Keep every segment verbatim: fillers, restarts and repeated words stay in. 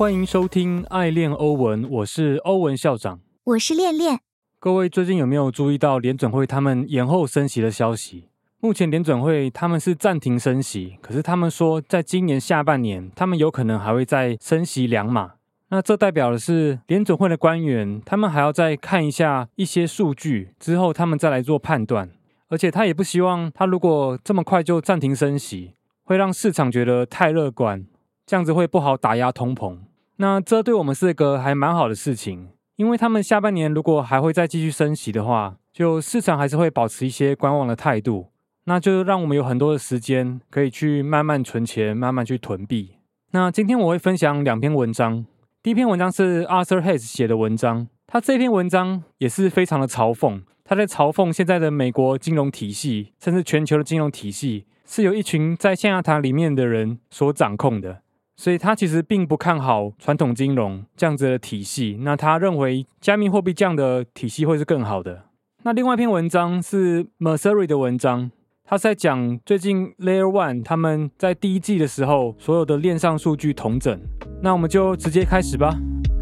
欢迎收听爱恋欧文，我是欧文校长， 我是恋恋。 各位最近有没有注意到联准会他们延后升息的消息？目前联准会他们是暂停升息，可是他们说在今年下半年他们有可能还会再升息两码。那这代表的是联准会的官员他们还要再看一下一些数据之后他们再来做判断，而且他也不希望他如果这么快就暂停升息会让市场觉得太乐观，这样子会不好打压通膨。那这对我们是一个还蛮好的事情，因为他们下半年如果还会再继续升息的话，就市场还是会保持一些观望的态度，那就让我们有很多的时间可以去慢慢存钱，慢慢去囤币。那今天我会分享两篇文章，第一篇文章是 Arthur Hayes 写的文章，他这篇文章也是非常的嘲讽，他在嘲讽现在的美国金融体系，甚至全球的金融体系是由一群在象牙塔里面的人所掌控的，所以他其实并不看好传统金融这样子的体系，那他认为加密货币这样的体系会是更好的。那另外一篇文章是 Messari 的文章，他是在讲最近 Layer One 他们在第一季的时候所有的链上数据统整。那我们就直接开始吧。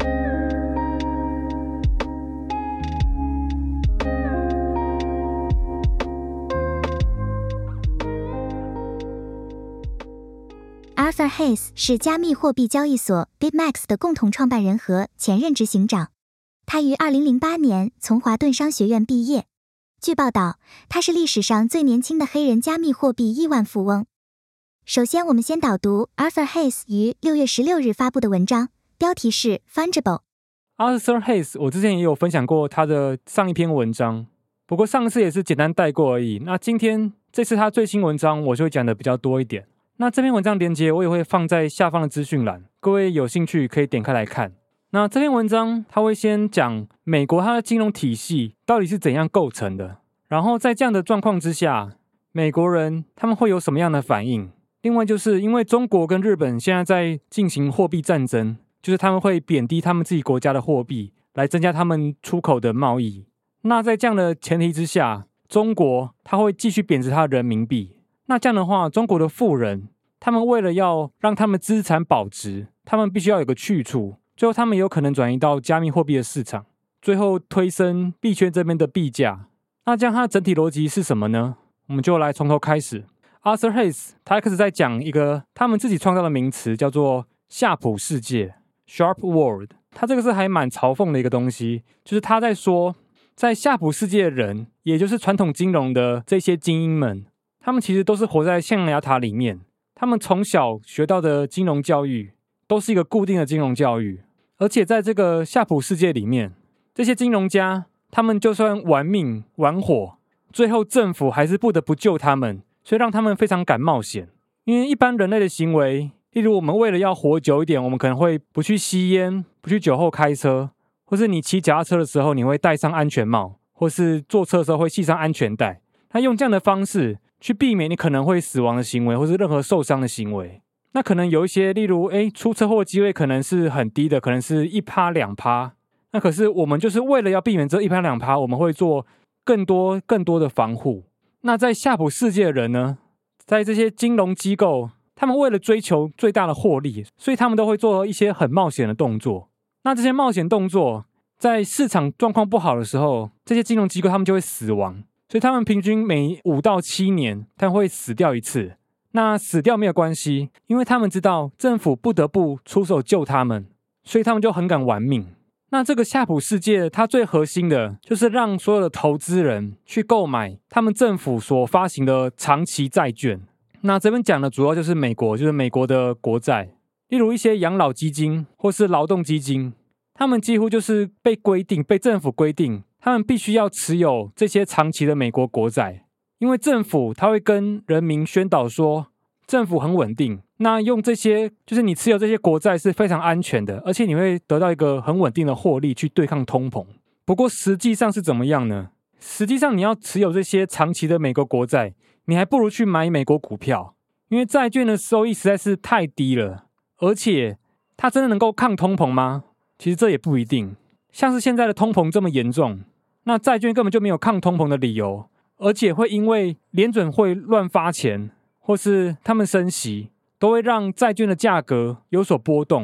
Arthur Hayes 是加密货币交易所 BitMEX 的共同创办人和前任执行长。他于二零零八年从华顿商学院毕业。据报道，他是历史上最年轻的黑人加密货币亿万富翁。首先，我们先导读 Arthur Hayes 于六月十六日发布的文章，标题是 Fungible。Arthur Hayes 我之前也有分享过他的上一篇文章，不过上次也是简单带过而已。那今天这次他最新文章我就会讲的比较多一点。那这篇文章连结我也会放在下方的资讯栏，各位有兴趣可以点开来看。那这篇文章他会先讲美国它的金融体系到底是怎样构成的，然后在这样的状况之下，美国人他们会有什么样的反应。另外就是因为中国跟日本现在在进行货币战争，就是他们会贬低他们自己国家的货币来增加他们出口的贸易。那在这样的前提之下，中国它会继续贬值它的人民币。那这样的话，中国的富人他们为了要让他们资产保值，他们必须要有个去处，最后他们有可能转移到加密货币的市场，最后推升币圈这边的币价。那这样它的整体逻辑是什么呢？我们就来从头开始。Arthur Hayes 他开始在讲一个他们自己创造的名词，叫做夏普世界 Sharp World。 他这个是还蛮嘲讽的一个东西，就是他在说在夏普世界的人，也就是传统金融的这些精英们，他们其实都是活在象牙塔里面，他们从小学到的金融教育都是一个固定的金融教育，而且在这个夏普世界里面，这些金融家他们就算玩命玩火，最后政府还是不得不救他们，所以让他们非常敢冒险。因为一般人类的行为，例如我们为了要活久一点，我们可能会不去吸烟，不去酒后开车，或是你骑脚踏车的时候你会戴上安全帽，或是坐车的时候会系上安全带。他用这样的方式去避免你可能会死亡的行为，或是任何受伤的行为。那可能有一些例如诶出车祸的机会可能是很低的，可能是 百分之一 百分之二。 那可是我们就是为了要避免这 百分之一 百分之二， 我们会做更多更多的防护。那在夏普世界的人呢，在这些金融机构，他们为了追求最大的获利，所以他们都会做一些很冒险的动作。那这些冒险动作在市场状况不好的时候，这些金融机构他们就会死亡，所以他们平均每五到七年他们会死掉一次。那死掉没有关系，因为他们知道政府不得不出手救他们，所以他们就很敢玩命。那这个夏普世界它最核心的就是让所有的投资人去购买他们政府所发行的长期债券。那这边讲的主要就是美国，就是美国的国债，例如一些养老基金或是劳动基金，他们几乎就是被规定被政府规定他们必须要持有这些长期的美国国债，因为政府他会跟人民宣导说政府很稳定，那用这些就是你持有这些国债是非常安全的，而且你会得到一个很稳定的获利去对抗通膨。不过实际上是怎么样呢？实际上你要持有这些长期的美国国债，你还不如去买美国股票，因为债券的收益实在是太低了，而且它真的能够抗通膨吗？其实这也不一定。像是现在的通膨这么严重，那债券根本就没有抗通膨的理由，而且会因为联准会乱发钱或是他们升息，都会让债券的价格有所波动。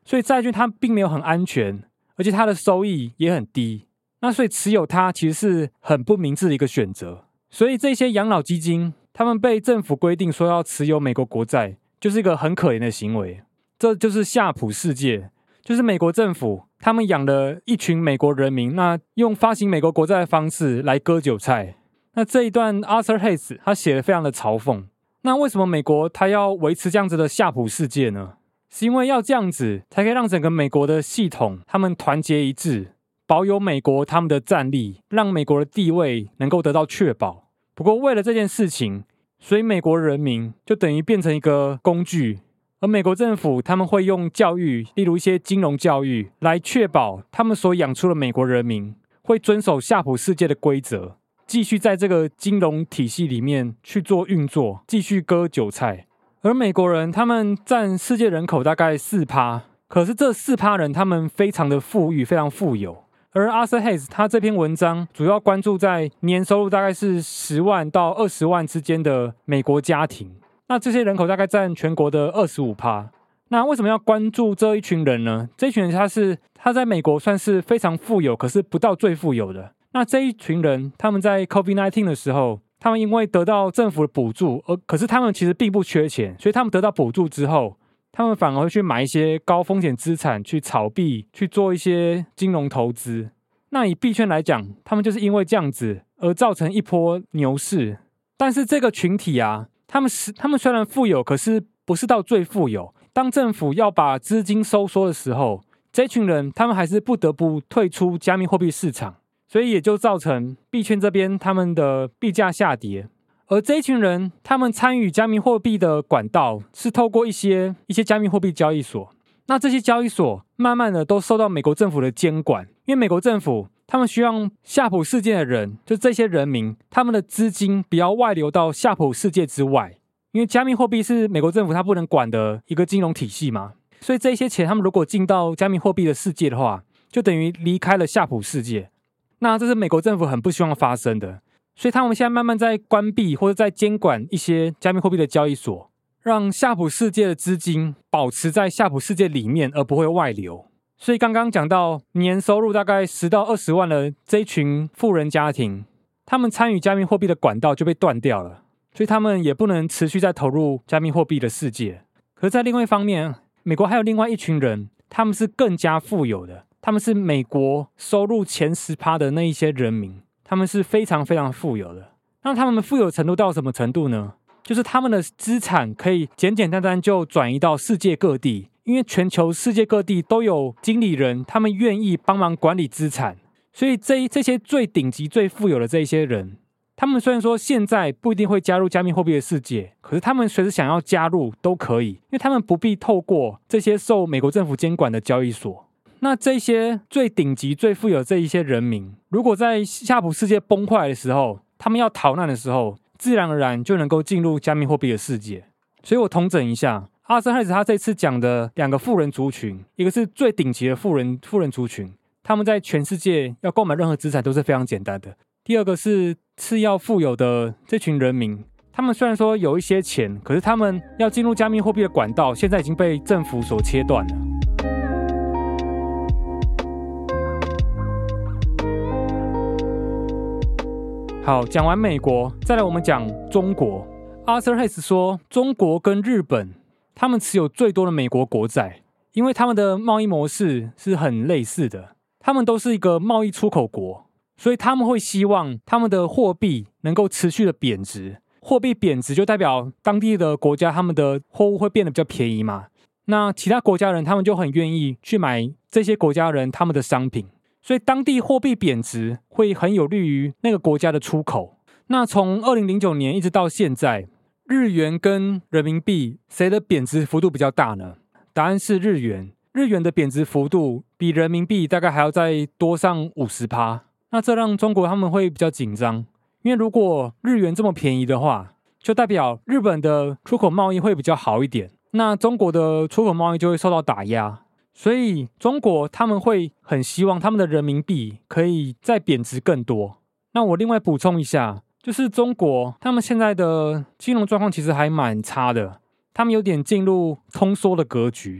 所以债券它并没有很安全，而且它的收益也很低。那所以持有它其实是很不明智的一个选择。所以这些养老基金，他们被政府规定说要持有美国国债，就是一个很可怜的行为。这就是夏普世界，就是美国政府他们养了一群美国人民，那用发行美国国债的方式来割韭菜。那这一段 Arthur Hayes 他写得非常的嘲讽。那为什么美国他要维持这样子的夏普世界呢？是因为要这样子才可以让整个美国的系统他们团结一致，保有美国他们的战力，让美国的地位能够得到确保。不过为了这件事情，所以美国人民就等于变成一个工具，而美国政府他们会用教育，例如一些金融教育，来确保他们所养出的美国人民会遵守夏普世界的规则，继续在这个金融体系里面去做运作，继续割韭菜。而美国人他们占世界人口大概 百分之四， 可是这 百分之四 人他们非常的富裕，非常富有。而 Arthur Hayes 他这篇文章主要关注在年收入大概是十万到二十万之间的美国家庭，那这些人口大概占全国的 百分之二十五。 那为什么要关注这一群人呢？这一群人他是他在美国算是非常富有，可是不到最富有的。那这一群人他们在 COVID 十九 的时候，他们因为得到政府的补助，而可是他们其实并不缺钱，所以他们得到补助之后，他们反而会去买一些高风险资产，去炒币，去做一些金融投资。那以币圈来讲，他们就是因为这样子而造成一波牛市。但是这个群体啊，他们是他们虽然富有，可是不是到最富有。当政府要把资金收缩的时候，这群人他们还是不得不退出加密货币市场，所以也就造成币圈这边他们的币价下跌。而这一群人他们参与加密货币的管道是透过一些一些加密货币交易所。那这些交易所慢慢的都受到美国政府的监管，因为美国政府他们希望夏普世界的人，就这些人民，他们的资金不要外流到夏普世界之外，因为加密货币是美国政府他不能管的一个金融体系嘛，所以这些钱他们如果进到加密货币的世界的话，就等于离开了夏普世界。那这是美国政府很不希望发生的，所以他们现在慢慢在关闭或者在监管一些加密货币的交易所，让夏普世界的资金保持在夏普世界里面，而不会外流。所以刚刚讲到年收入大概十到二十万的这一群富人家庭，他们参与加密货币的管道就被断掉了，所以他们也不能持续再投入加密货币的世界。可是在另外一方面，美国还有另外一群人，他们是更加富有的，他们是美国收入前 百分之十 的那一些人民，他们是非常非常富有的。那他们富有程度到什么程度呢？就是他们的资产可以简简单单就转移到世界各地，因为全球世界各地都有经理人，他们愿意帮忙管理资产，所以这这些最顶级最富有的这一些人，他们虽然说现在不一定会加入加密货币的世界，可是他们随时想要加入都可以，因为他们不必透过这些受美国政府监管的交易所。那这些最顶级最富有的这一些人民，如果在夏普世界崩坏的时候，他们要逃难的时候，自然而然就能够进入加密货币的世界。所以我统整一下，Arthur Hayes他这次讲的两个富人族群，一个是最顶级的富人富人族群，他们在全世界要购买任何资产都是非常简单的。第二个是次要富有的这群人民，他们虽然说有一些钱，可是他们要进入加密货币的管道现在已经被政府所切断了。好，讲完美国，再来我们讲中国。Arthur Hayes 说，中国跟日本他们持有最多的美国国债，因为他们的贸易模式是很类似的，他们都是一个贸易出口国，所以他们会希望他们的货币能够持续的贬值。货币贬值就代表当地的国家他们的货物会变得比较便宜嘛，那其他国家人他们就很愿意去买这些国家人他们的商品，所以当地货币贬值会很有利于那个国家的出口。那从二零零九年一直到现在，日元跟人民币谁的贬值幅度比较大呢？答案是日元。日元的贬值幅度比人民币大概还要再多上 百分之五十。 那这让中国他们会比较紧张，因为如果日元这么便宜的话，就代表日本的出口贸易会比较好一点，那中国的出口贸易就会受到打压。所以中国他们会很希望他们的人民币可以再贬值更多。那我另外补充一下，就是中国他们现在的金融状况其实还蛮差的，他们有点进入通缩的格局。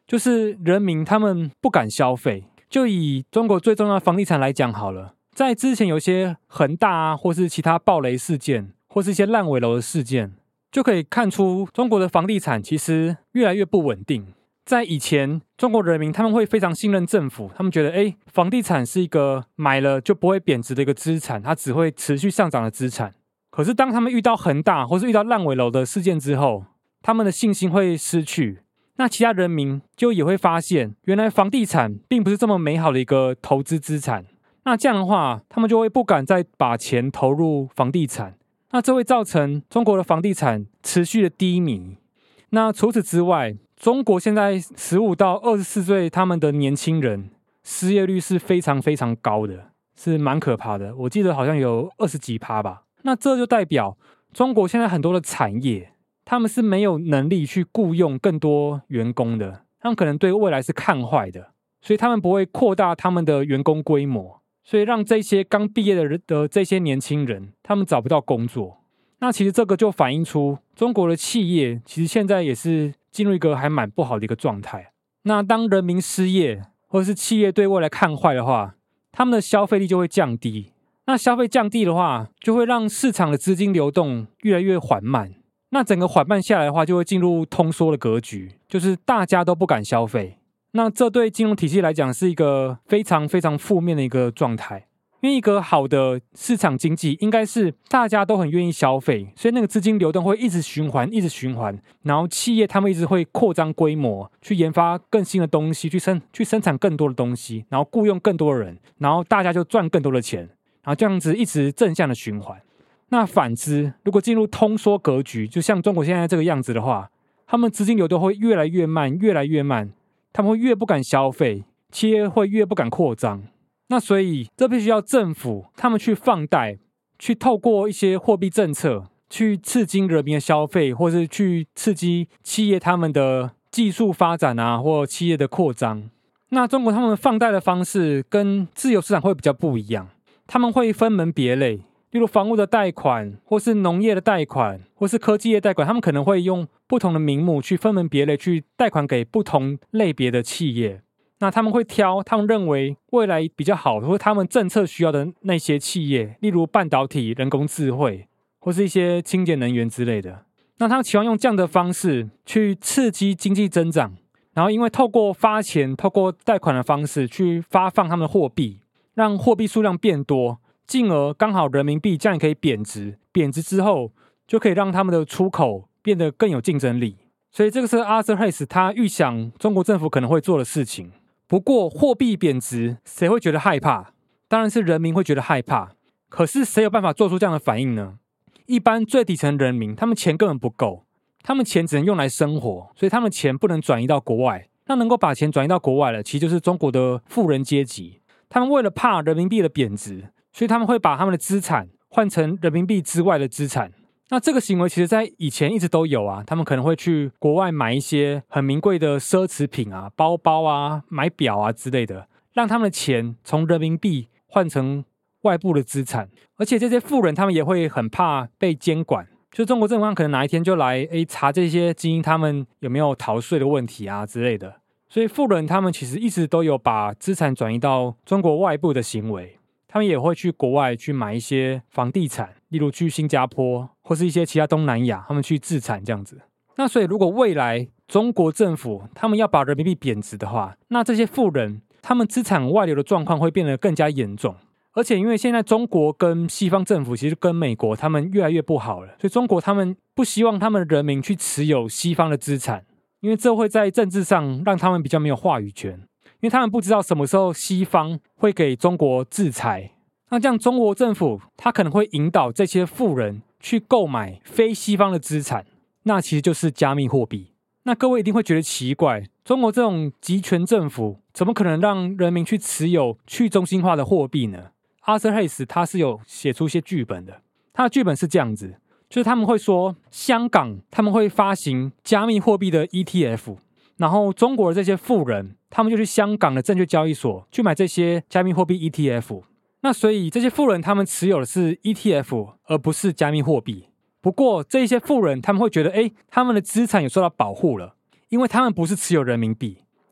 就是人民他们不敢消费。就以中国最重要的房地产来讲好了，在之前有些恒大啊，或是其他暴雷事件，或是一些烂尾楼的事件，就可以看出中国的房地产其实越来越不稳定。在以前，中国人民他们会非常信任政府，他们觉得诶房地产是一个买了就不会贬值的一个资产，它只会持续上涨的资产。可是当他们遇到恒大或是遇到烂尾楼的事件之后，他们的信心会失去，那其他人民就也会发现，原来房地产并不是这么美好的一个投资资产。那这样的话，他们就会不敢再把钱投入房地产，那这会造成中国的房地产持续的低迷。那除此之外，中国现在十五到二十四岁他们的年轻人失业率是非常非常高的，是蛮可怕的，我记得好像有二十几趴吧。那这就代表中国现在很多的产业他们是没有能力去雇用更多员工的，他们可能对未来是看坏的，所以他们不会扩大他们的员工规模，所以让这些刚毕业的人的这些年轻人他们找不到工作。那其实这个就反映出中国的企业其实现在也是进入一个还蛮不好的一个状态。那当人民失业或者是企业对未来看坏的话，他们的消费力就会降低，那消费降低的话，就会让市场的资金流动越来越缓慢。那整个缓慢下来的话，就会进入通缩的格局，就是大家都不敢消费。那这对金融体系来讲是一个非常非常负面的一个状态。因为一个好的市场经济应该是大家都很愿意消费，所以那个资金流动会一直循环一直循环，然后企业他们一直会扩张规模，去研发更新的东西，去生去生产更多的东西，然后雇佣更多的人，然后大家就赚更多的钱，然后这样子一直正向的循环。那反之，如果进入通缩格局，就像中国现在这个样子的话，他们资金流动会越来越慢越来越慢，他们会越不敢消费，企业会越不敢扩张。那所以这必须要政府他们去放贷，去透过一些货币政策去刺激人民的消费，或是去刺激企业他们的技术发展啊，或企业的扩张。那中国他们放贷的方式跟自由市场会比较不一样，他们会分门别类，例如房屋的贷款，或是农业的贷款，或是科技业贷款，他们可能会用不同的名目去分门别类去贷款给不同类别的企业。那他们会挑他们认为未来比较好或他们政策需要的那些企业，例如半导体、人工智慧或是一些清洁能源之类的。那他们期望用这样的方式去刺激经济增长，然后因为透过发钱透过贷款的方式去发放他们的货币，让货币数量变多，进而刚好人民币这样也可以贬值，贬值之后就可以让他们的出口变得更有竞争力。所以这个是 Arthur Hayes 他预想中国政府可能会做的事情。不过货币贬值谁会觉得害怕？当然是人民会觉得害怕。可是谁有办法做出这样的反应呢？一般最底层人民他们钱根本不够，他们钱只能用来生活，所以他们钱不能转移到国外。那能够把钱转移到国外了，其实就是中国的富人阶级。他们为了怕人民币的贬值，所以他们会把他们的资产换成人民币之外的资产。那这个行为其实在以前一直都有啊，他们可能会去国外买一些很名贵的奢侈品啊，包包啊，买表啊之类的，让他们的钱从人民币换成外部的资产。而且这些富人他们也会很怕被监管，就中国政府可能哪一天就来诶查这些精英他们有没有逃税的问题啊之类的。所以富人他们其实一直都有把资产转移到中国外部的行为，他们也会去国外去买一些房地产，例如去新加坡或是一些其他东南亚，他们去自产这样子。那所以如果未来中国政府他们要把人民币贬值的话，那这些富人他们资产外流的状况会变得更加严重。而且因为现在中国跟西方政府其实跟美国他们越来越不好了，所以中国他们不希望他们的人民去持有西方的资产，因为这会在政治上让他们比较没有话语权，因为他们不知道什么时候西方会给中国制裁。那这样中国政府他可能会引导这些富人去购买非西方的资产，那其实就是加密货币。那各位一定会觉得奇怪，中国这种集权政府怎么可能让人民去持有去中心化的货币呢？ Arthur Hayes 他是有写出一些剧本的，他的剧本是这样子，就是他们会说香港他们会发行加密货币的 E T F， 然后中国的这些富人他们就去香港的证券交易所去买这些加密货币 E T F。那所以这些富人他们持有的是 E T F 而不是加密货币。不过这些富人他们会觉得诶他们的资产有受到保护了，因为他们不是持有人民币，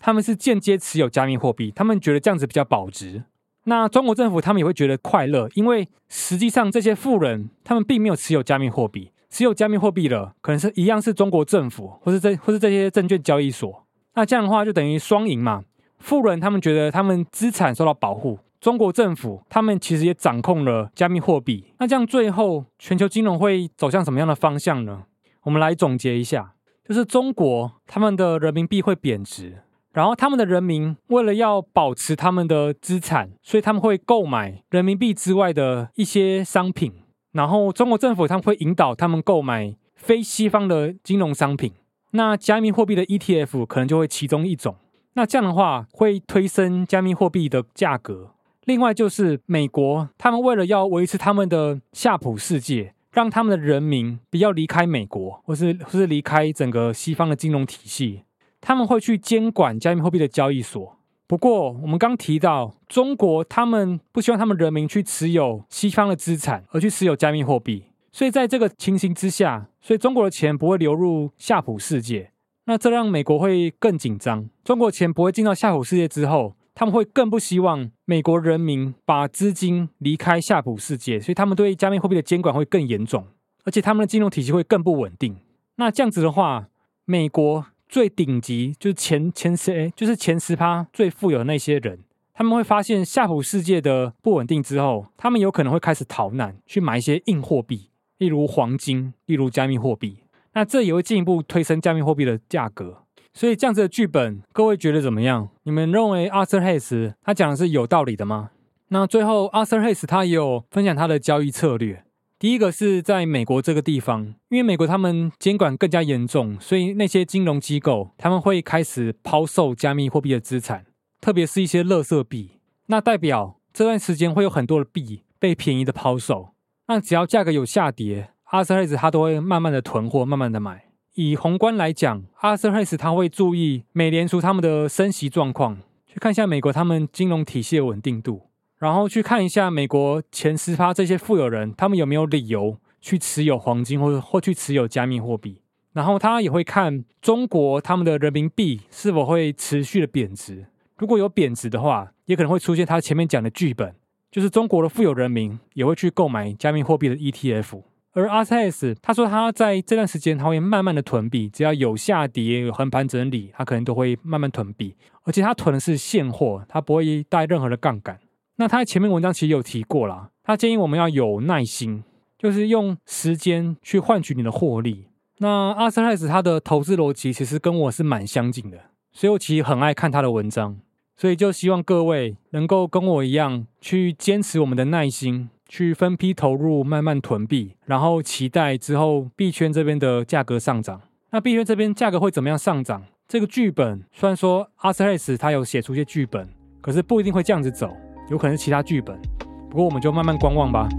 他们是间接持有加密货币，他们觉得这样子比较保值。那中国政府他们也会觉得快乐，因为实际上这些富人他们并没有持有加密货币，持有加密货币的可能是一样是中国政府或是这或是这些证券交易所。那这样的话就等于双赢嘛，富人他们觉得他们资产受到保护，中国政府他们其实也掌控了加密货币。那这样最后全球金融会走向什么样的方向呢？我们来总结一下，就是中国他们的人民币会贬值，然后他们的人民为了要保持他们的资产，所以他们会购买人民币之外的一些商品，然后中国政府他们会引导他们购买非西方的金融商品，那加密货币的 E T F 可能就会其中一种，那这样的话会推升加密货币的价格。另外就是美国他们为了要维持他们的夏普世界，让他们的人民不要离开美国或是或是离开整个西方的金融体系，他们会去监管加密货币的交易所。不过我们刚提到中国他们不希望他们人民去持有西方的资产而去持有加密货币，所以在这个情形之下，所以中国的钱不会流入夏普世界，那这让美国会更紧张。中国钱不会进到夏普世界之后，他们会更不希望美国人民把资金离开夏普世界，所以他们对加密货币的监管会更严重，而且他们的金融体系会更不稳定。那这样子的话，美国最顶级就是前前十，就是前 百分之十 最富有的那些人，他们会发现夏普世界的不稳定之后，他们有可能会开始逃难，去买一些硬货币，例如黄金，例如加密货币。那这也会进一步推升加密货币的价格。所以这样子的剧本，各位觉得怎么样？你们认为 Arthur Hayes 他讲的是有道理的吗？那最后 Arthur Hayes 他也有分享他的交易策略。第一个是在美国这个地方，因为美国他们监管更加严重，所以那些金融机构他们会开始抛售加密货币的资产，特别是一些垃圾币。那代表这段时间会有很多的币被便宜的抛售。那只要价格有下跌， Arthur Hayes 他都会慢慢的囤货，慢慢的买。以宏观来讲， Arthur Hayes 他会注意美联储他们的升息状况，去看一下美国他们金融体系的稳定度，然后去看一下美国前 百分之十 这些富有人他们有没有理由去持有黄金 或, 或去持有加密货币。然后他也会看中国他们的人民币是否会持续的贬值，如果有贬值的话，也可能会出现他前面讲的剧本，就是中国的富有人民也会去购买加密货币的 E T F。而 Arthur Hayes 他说他在这段时间他会慢慢的囤币，只要有下跌有横盘整理，他可能都会慢慢囤币，而且他囤的是现货，他不会带任何的杠杆。那他在前面文章其实有提过啦，他建议我们要有耐心，就是用时间去换取你的获利。那 Arthur Hayes 他的投资逻辑其实跟我是蛮相近的，所以我其实很爱看他的文章，所以就希望各位能够跟我一样去坚持我们的耐心，去分批投入，慢慢囤币，然后期待之后币圈这边的价格上涨。那币圈这边价格会怎么样上涨？这个剧本虽然说 Arthur Hayes 他有写出一些剧本，可是不一定会这样子走，有可能是其他剧本。不过我们就慢慢观望吧。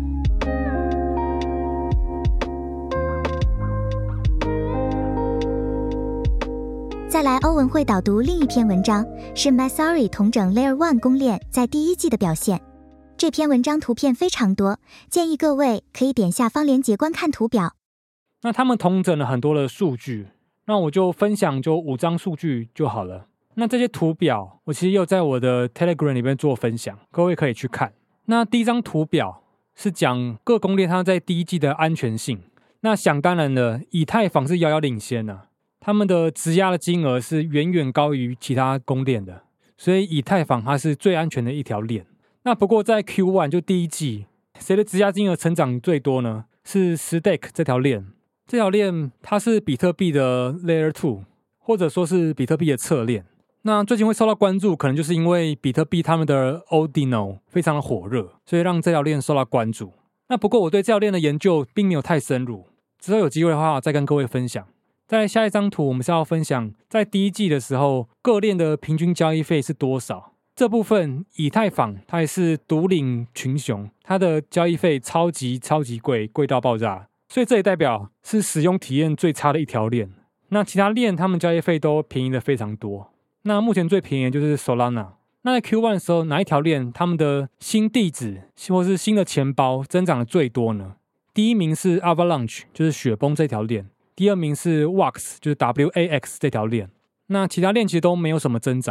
再来，欧文会导读另一篇文章，是 Messari 统整 Layer one 公链在第一季的表现。这篇文章图片非常多，建议各位可以点下方连结观看图表。 那他们统整了很多的数据，那我就分享就五张数据就好了。那这些图表我其实又在我的 Telegram 里面做分享，各位可以去看。那第一张图表是讲各公链它在第一季的安全性。那想当然的，以太坊是遥遥领先啊，他们的质押的金额是远远高于其他公链的，所以以太坊它是最安全的一条链。那不过在 Q 一 就第一季，谁的质押金额成长最多呢？是 Stake 这条链。这条链它是比特币的 Layer two， 或者说是比特币的侧链。那最近会受到关注，可能就是因为比特币他们的 Ordinal 非常的火热，所以让这条链受到关注。那不过我对这条链的研究并没有太深入，之后有机会的话再跟各位分享。再来下一张图，我们是要分享在第一季的时候各链的平均交易费是多少。这部分以太坊它也是独领群雄，它的交易费超级超级贵，贵到爆炸，所以这也代表是使用体验最差的一条链。那其他链他们交易费都便宜的非常多。那目前最便宜的就是 Solana。 那在 Q 一 的时候，哪一条链他们的新地址或是新的钱包增长的最多呢？第一名是 Avalanche， 就是雪崩这条链。第二名是 W A X， 就是 W A X 这条链。那其他链其实都没有什么增长。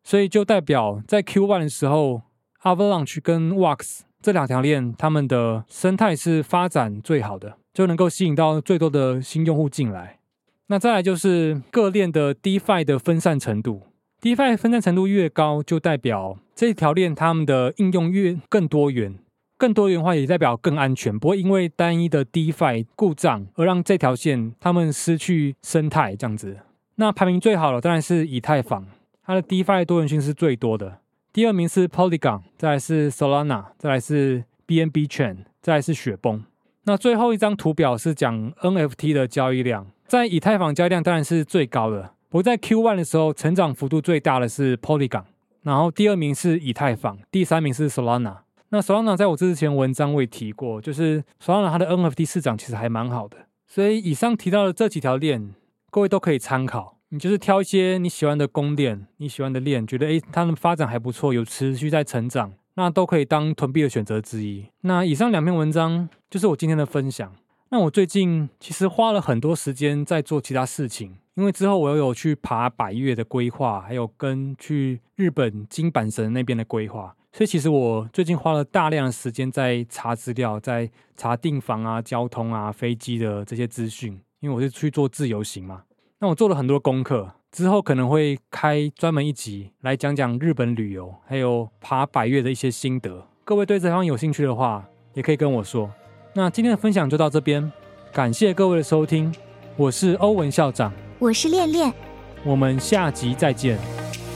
所以就代表在 Q 一 的时候 Avalanche 跟 W A X 这两条链他们的生态是发展最好的，就能够吸引到最多的新用户进来。那再来就是各链的 DeFi 的分散程度， DeFi 分散程度越高，就代表这条链他们的应用越更多元，更多元化也代表更安全，不会因为单一的 DeFi 故障而让这条线他们失去生态这样子。那排名最好的当然是以太坊，它的 DeFi 多元性是最多的。第二名是 Polygon， 再来是 Solana， 再来是 B N B Chain， 再来是雪崩。那最后一张图表是讲 N F T 的交易量，在以太坊交易量当然是最高的，不过在 Q 一 的时候成长幅度最大的是 Polygon， 然后第二名是以太坊，第三名是 Solana。 那 Solana 在我之前文章我也提过，就是 Solana 它的 N F T 市场其实还蛮好的，所以以上提到的这几条链各位都可以参考，你就是挑一些你喜欢的公链，你喜欢的链，觉得诶它们发展还不错，有持续在成长，那都可以当囤币的选择之一。那以上两篇文章就是我今天的分享。那我最近其实花了很多时间在做其他事情，因为之后我又有去爬百岳的规划，还有跟去日本金板神那边的规划，所以其实我最近花了大量的时间在查资料，在查订房啊、交通啊、飞机的这些资讯，因为我是去做自由行嘛。那我做了很多功课，之后可能会开专门一集来讲讲日本旅游，还有爬百岳的一些心得。各位对这方面有兴趣的话，也可以跟我说。那今天的分享就到这边，感谢各位的收听，我是欧文校长， 我是恋恋， 我们下集再见。